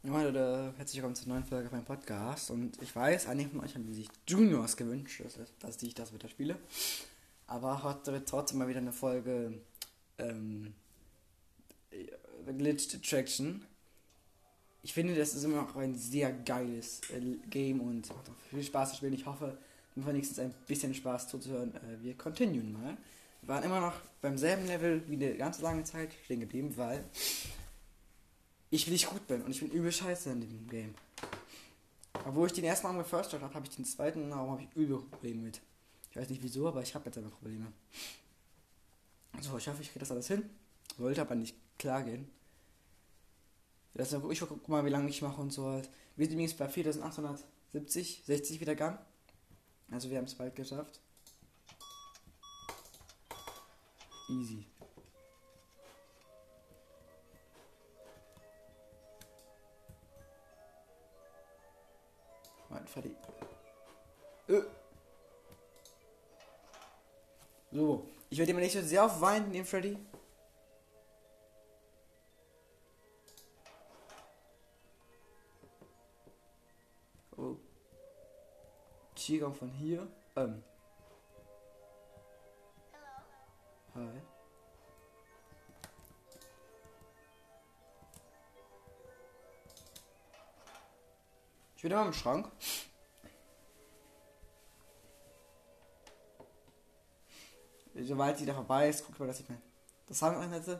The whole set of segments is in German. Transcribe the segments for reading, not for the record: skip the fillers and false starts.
Ja, Leute, herzlich willkommen zur neuen Folge auf meinem Podcast. Und ich weiß, einige von euch haben sich Juniors gewünscht, dass ich das wieder spiele. Aber heute wird trotzdem mal wieder eine Folge Glitched Attraction. Ich finde, das ist immer noch ein sehr geiles Game und macht auch viel Spaß zu spielen. Ich hoffe, mir wenigstens ein bisschen Spaß zuzuhören. Wir continuen mal. Wir waren immer noch beim selben Level wie eine ganz lange Zeit stehen geblieben, weil ich nicht gut bin und ich bin übel scheiße in dem Game. Obwohl ich den ersten Raum gefördert habe, habe ich den zweiten Raum habe ich übel Probleme mit. Ich weiß nicht wieso, aber ich habe jetzt einfach Probleme. So, ich hoffe, ich kriege das alles hin. Wollte aber nicht klar gehen. Ich guck mal, wie lange ich mache und so halt. Wir sind übrigens bei 4870, 60 Wiedergaben. Also wir haben es bald geschafft. Easy. Mein Freddy. So, ich werde immer nicht so sehr auf Weinen nehmen, Freddy. Oh. Qigong von hier. Hi. Ich bin immer im Schrank. Sobald sie da vorbei ist, guck mal, dass ich das Sound einsetze.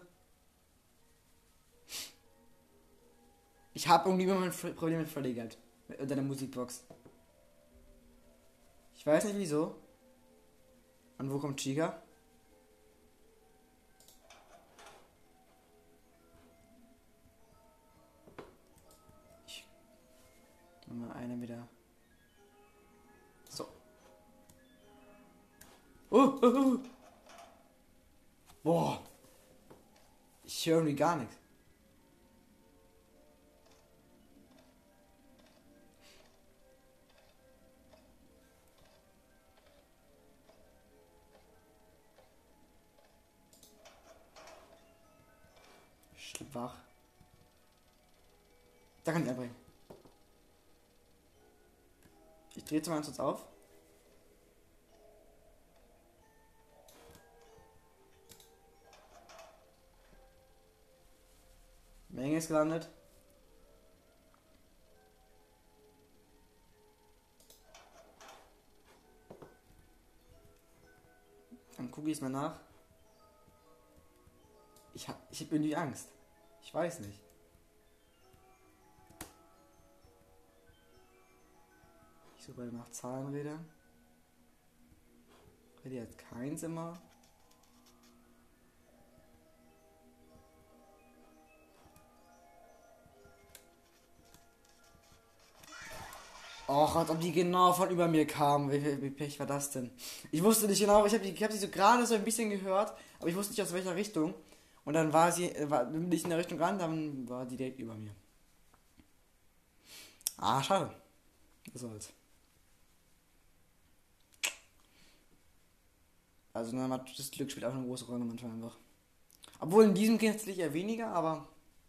Ich habe irgendwie immer ein Problem mit Freddy gehabt. Mit deiner Musikbox. Ich weiß nicht wieso. Und wo kommt Chica? Ich mach mal eine wieder. So. Oh. Boah. Ich höre irgendwie gar nichts. Schwach. Da kann ich einbringen. Ich drehe jetzt mal kurz auf. Menge ist gelandet. Dann gucke ich es mal nach. Ich hab irgendwie Angst. Ich weiß nicht. Ich suche nach Zahnrädern. Die hat keins immer. Och, als ob die genau von über mir kamen. Wie Pech war das denn? Ich wusste nicht genau, ich hab sie so gerade so ein bisschen gehört, aber ich wusste nicht aus welcher Richtung. Und dann bin ich in der Richtung ran, dann war die direkt über mir. Ah, schade. Was soll's. Also das Glück spielt auch eine große Rolle manchmal einfach. Obwohl in diesem geht es eher weniger, aber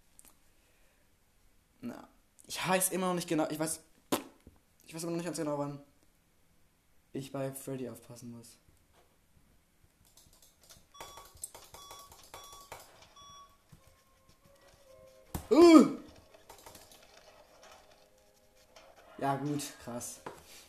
na, ich weiß immer noch nicht genau, ich weiß immer noch nicht ganz genau, wann ich bei Freddy aufpassen muss. Ja gut, krass.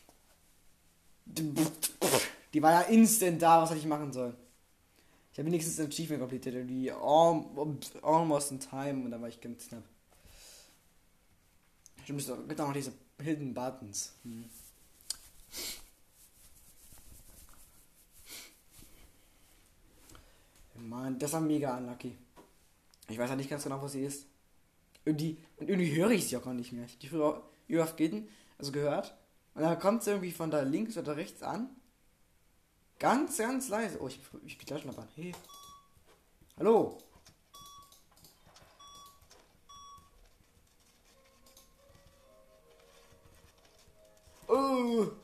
Die war ja instant da, was hätte ich machen sollen? Ich habe wenigstens ein Achievement completed, die almost in time und da war ich ganz knapp. Stimmt, es gibt auch noch diese Hidden Buttons. Mann, das war mega unlucky. Ich weiß ja nicht ganz genau, wo sie ist. Irgendwie höre ich sie auch gar nicht mehr. Ich habe die früher also gehört. Und dann kommt sie irgendwie von da links oder rechts an. Ganz, ganz leise. Oh, ich bin gleich schon dabei. Hey. Hallo. Oh.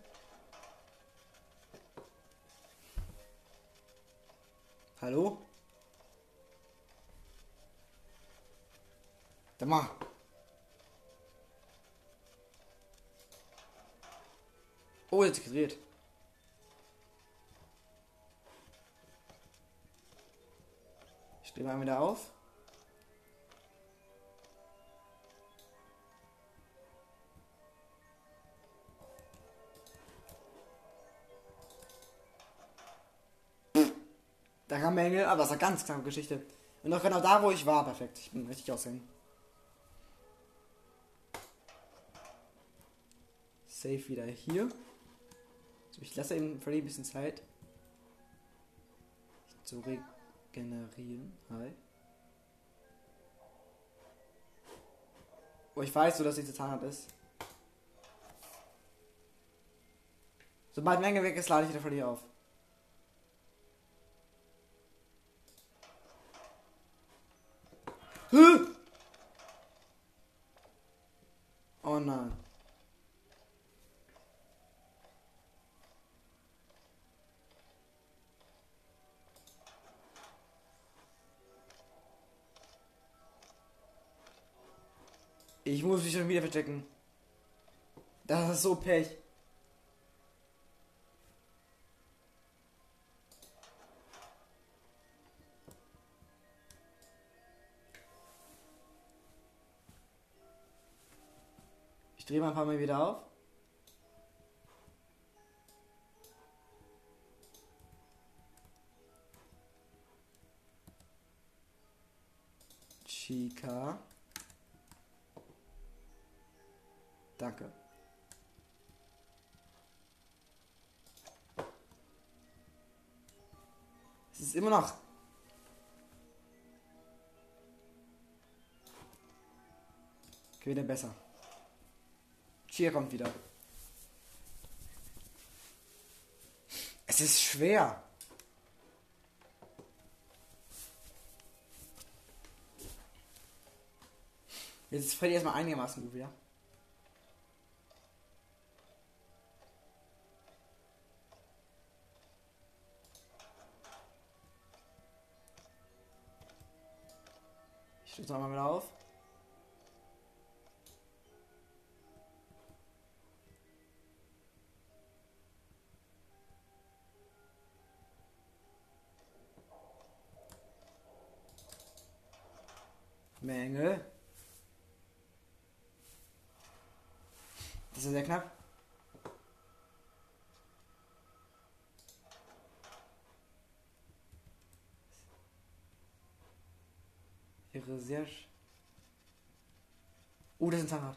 Hallo? Sag mal. Oh, jetzt gedreht. Ich stehe mal wieder auf. Da kam Engel, aber das war ganz knappe Geschichte. Und auch genau da, wo ich war, perfekt. Ich bin richtig ausgegangen. Safe wieder hier. So, ich lasse ihm Freddy ein bisschen Zeit zu regenerieren. Hi. Oh, ich weiß so, dass diese Zahnrad ist. Sobald Menge weg ist, lade ich wieder Freddy auf. Oh nein. Ich muss mich schon wieder verstecken. Das ist so Pech. Ich drehe mal ein paar Mal wieder auf. Chica. Danke. Es ist immer noch. Okay, wieder besser. Chica kommt wieder. Es ist schwer. Jetzt ist Freddy erstmal einigermaßen gut wieder. Ich stütze mal wieder auf. Menge. Das ist sehr knapp. Ihre sehr. Oh, das ist ein Zahnrad.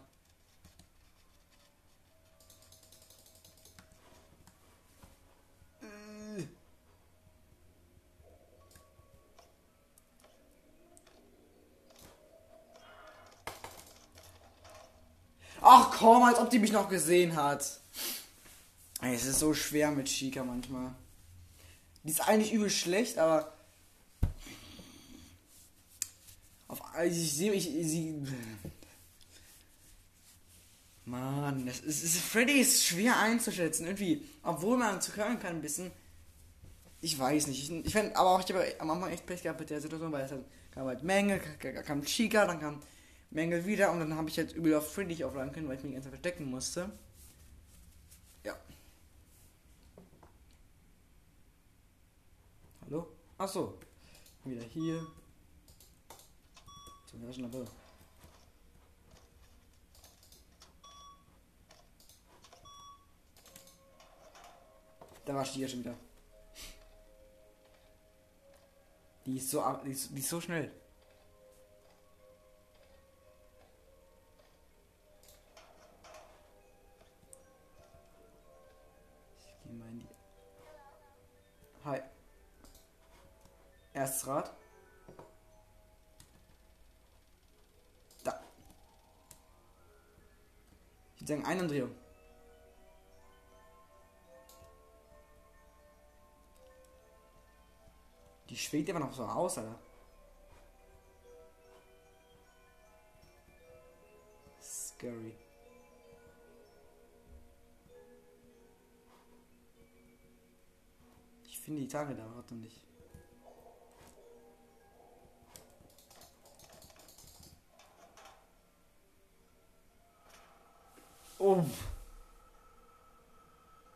Ach komm, als ob die mich noch gesehen hat. Ey, es ist so schwer mit Chica manchmal. Die ist eigentlich übel schlecht, aber ich sehe sie. Mann, Freddy ist schwer einzuschätzen irgendwie, obwohl man zu hören kann ein bisschen. Ich weiß nicht. Ich fand, aber auch ich habe am Anfang echt Pech gehabt mit der Situation, weil es dann kam halt Menge, kam Chica, dann kam Menge wieder und dann habe ich halt übel auf Freddy aufladen können, weil ich mich ganz verstecken musste. Ja. Hallo? Achso. Wieder hier. Zum Taschenlampe. Da war Chica schon wieder. Die ist so schnell. Ich gehe mal in die. Hi. Erstes Rad. Da. Ich würde sagen, eine Umdrehung. Die schwebt immer noch so aus, Alter. Scary. Ich finde die Tage da noch nicht. Oh.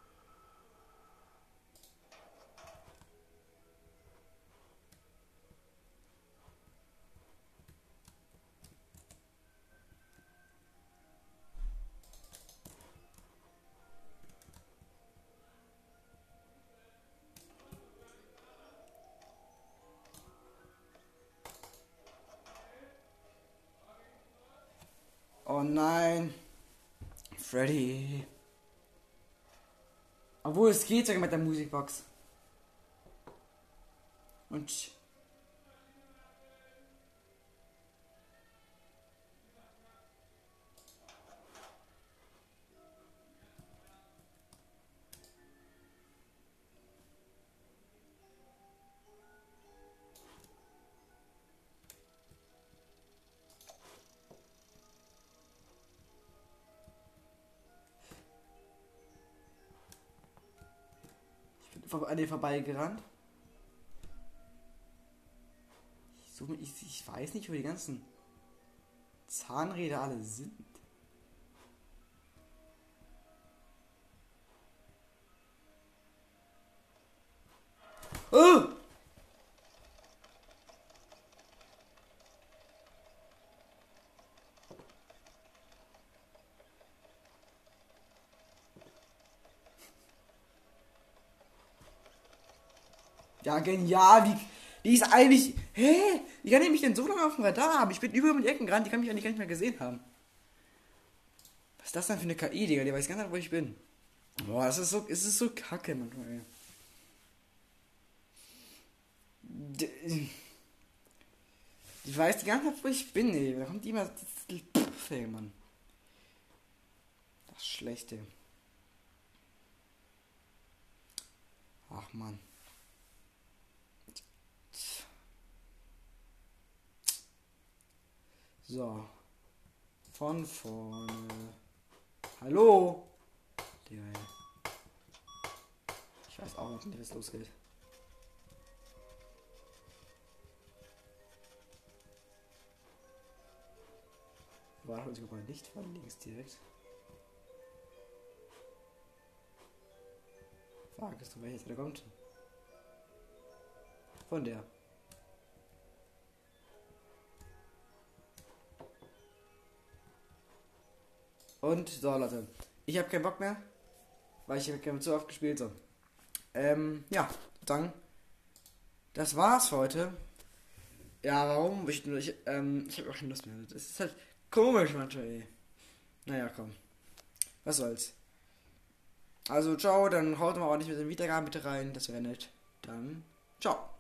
Oh nein. Freddy. Obwohl es geht sogar mit der Musikbox. Und ich bin an dir vorbeigerannt. Ich weiß nicht, wo die ganzen Zahnräder alle sind. Oh! Ja, genial. Die ist eigentlich. Hä? Wie kann die mich denn so lange auf dem Radar haben? Ich bin über um die Ecken gerannt, die kann mich eigentlich gar nicht mehr gesehen haben. Was ist das denn für eine KI, Digga? Die weiß ganz genau, wo ich bin. Boah, es ist so kacke manchmal, ey. Die weiß die ganze Zeit, wo ich bin, ey. Da kommt die immer. Pff, ey, Mann. Das Schlechte. Ach, Mann. So. Von vorne. Hallo? Digga, ey. Ich weiß auch noch nicht, was losgeht. War heute sogar nicht von links direkt. Fragst du, welches da kommt? Von der. Und so, Leute. Ich habe keinen Bock mehr, weil ich habe zu oft gespielt. So. Ja, dann. Das war's für heute. Ja, warum? Ich habe auch keine Lust mehr. Das ist halt komisch manchmal, ey. Naja, komm. Was soll's. Also, ciao, dann haut mal auch nicht mit den Wiedergaben bitte rein. Das wäre nett. Dann, ciao.